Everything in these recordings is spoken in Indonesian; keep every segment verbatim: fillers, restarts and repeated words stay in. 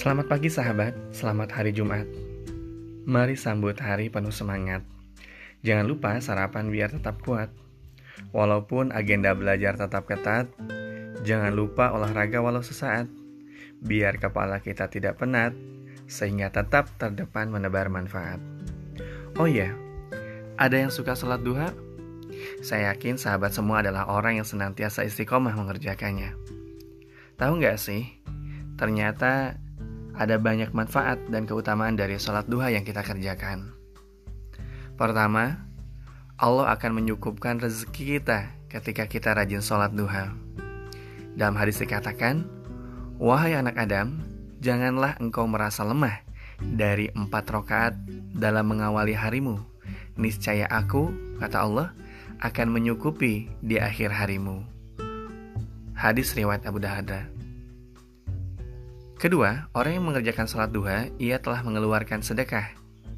Selamat pagi sahabat, selamat hari Jumat. Mari sambut hari penuh semangat. Jangan lupa sarapan biar tetap kuat. Walaupun agenda belajar tetap ketat, jangan lupa olahraga walau sesaat. Biar kepala kita tidak penat, sehingga tetap terdepan menebar manfaat. Oh iya, ada yang suka sholat duha? Saya yakin sahabat semua adalah orang yang senantiasa istiqomah mengerjakannya. Tahu gak sih, ternyata ada banyak manfaat dan keutamaan dari sholat duha yang kita kerjakan. Pertama, Allah akan menyukupkan rezeki kita ketika kita rajin sholat duha. Dalam hadis dikatakan, "Wahai anak Adam, janganlah engkau merasa lemah dari empat rakaat dalam mengawali harimu. Niscaya aku," kata Allah, "akan menyukupi di akhir harimu." Hadis riwayat Abu Darda. Kedua, orang yang mengerjakan sholat duha, ia telah mengeluarkan sedekah.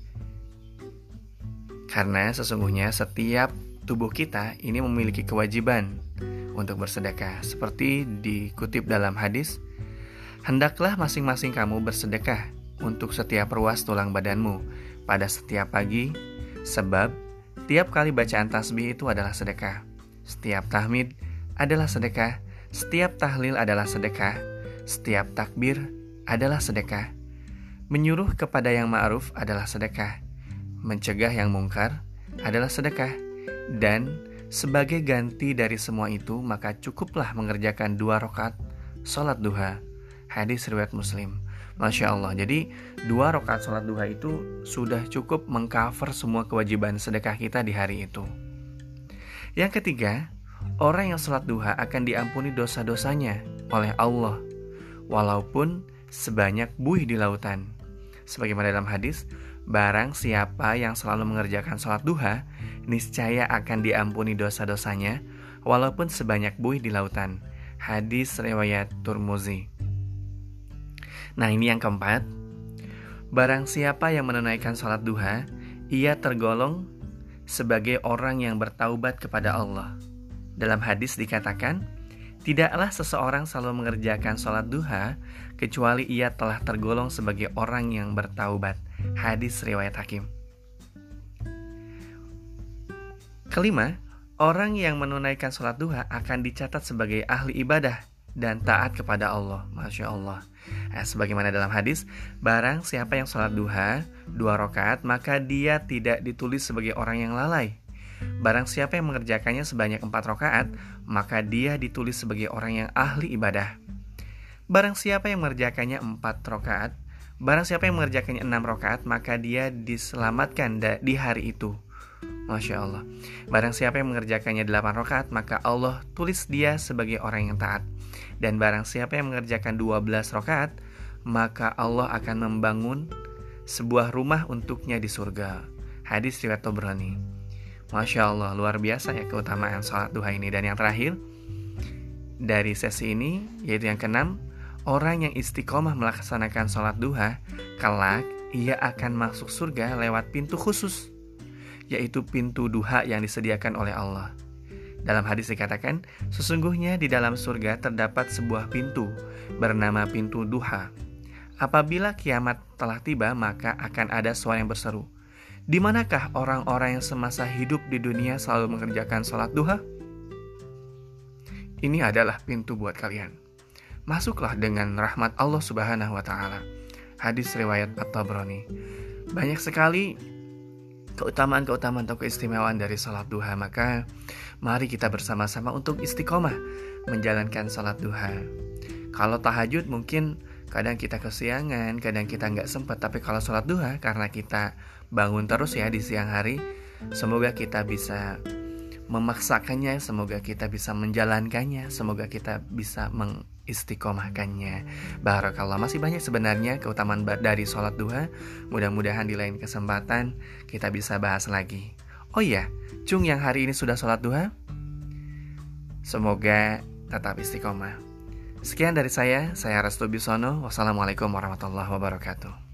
Karena sesungguhnya setiap tubuh kita ini memiliki kewajiban untuk bersedekah. Seperti dikutip dalam hadis, "Hendaklah masing-masing kamu bersedekah untuk setiap ruas tulang badanmu pada setiap pagi, sebab tiap kali bacaan tasbih itu adalah sedekah. Setiap tahmid adalah sedekah, setiap tahlil adalah sedekah, setiap takbir adalah sedekah. Menyuruh kepada yang ma'ruf adalah sedekah. Mencegah yang mungkar adalah sedekah. Dan sebagai ganti dari semua itu, maka cukuplah mengerjakan dua rakaat sholat duha." Hadis riwayat Muslim. Masya Allah. Jadi dua rakaat sholat duha itu sudah cukup mengcover semua kewajiban sedekah kita di hari itu. Yang ketiga, orang yang sholat duha akan diampuni dosa-dosanya oleh Allah, walaupun sebanyak buih di lautan. Sebagaimana dalam hadis, barang siapa yang selalu mengerjakan sholat duha, niscaya akan diampuni dosa-dosanya, walaupun sebanyak buih di lautan. Hadis riwayat Tirmidzi. Nah, ini yang keempat. Barang siapa yang menunaikan sholat duha, ia tergolong sebagai orang yang bertaubat kepada Allah. Dalam hadis dikatakan, "Tidaklah seseorang selalu mengerjakan sholat duha kecuali ia telah tergolong sebagai orang yang bertaubat." Hadis riwayat Hakim. Kelima, orang yang menunaikan sholat duha akan dicatat sebagai ahli ibadah dan taat kepada Allah. Masya Allah. Nah, sebagaimana dalam hadis, barang siapa yang sholat duha dua rakaat, maka dia tidak ditulis sebagai orang yang lalai. Barang siapa yang mengerjakannya sebanyak empat rakaat, maka dia ditulis sebagai orang yang ahli ibadah. Barang siapa yang mengerjakannya empat rakaat, barang siapa yang mengerjakannya enam rakaat, maka dia diselamatkan di hari itu. Masya Allah. Barang siapa yang mengerjakannya delapan rakaat, maka Allah tulis dia sebagai orang yang taat. Dan barang siapa yang mengerjakan dua belas rakaat, maka Allah akan membangun sebuah rumah untuknya di surga. Hadis riwayat Tabrani. Masya Allah, luar biasa ya keutamaan sholat duha ini. Dan yang terakhir dari sesi ini, yaitu yang keenam, orang yang istiqomah melaksanakan sholat duha, kelak ia akan masuk surga lewat pintu khusus, yaitu pintu duha yang disediakan oleh Allah. Dalam hadis dikatakan, sesungguhnya di dalam surga terdapat sebuah pintu bernama pintu duha. Apabila kiamat telah tiba, maka akan ada suara yang berseru, "Di manakah orang-orang yang semasa hidup di dunia selalu mengerjakan sholat duha? Ini adalah pintu buat kalian. Masuklah dengan rahmat Allah Subhanahu wa Ta'ala." Hadis riwayat At-Tabrani. Banyak sekali keutamaan-keutamaan atau keistimewaan dari sholat duha. Maka mari kita bersama-sama untuk istiqomah menjalankan sholat duha. Kalau tahajud mungkin kadang kita kesiangan, kadang kita nggak sempat. Tapi kalau sholat duha, karena kita bangun terus ya di siang hari, semoga kita bisa memaksakannya, semoga kita bisa menjalankannya, semoga kita bisa mengistiqomahkannya. Barakallah. Masih banyak sebenarnya keutamaan dari sholat duha. Mudah-mudahan di lain kesempatan kita bisa bahas lagi. Oh iya, Cung yang hari ini sudah sholat duha, semoga tetap istiqomah. Sekian dari saya, saya Restu Bisono. Wassalamualaikum warahmatullahi wabarakatuh.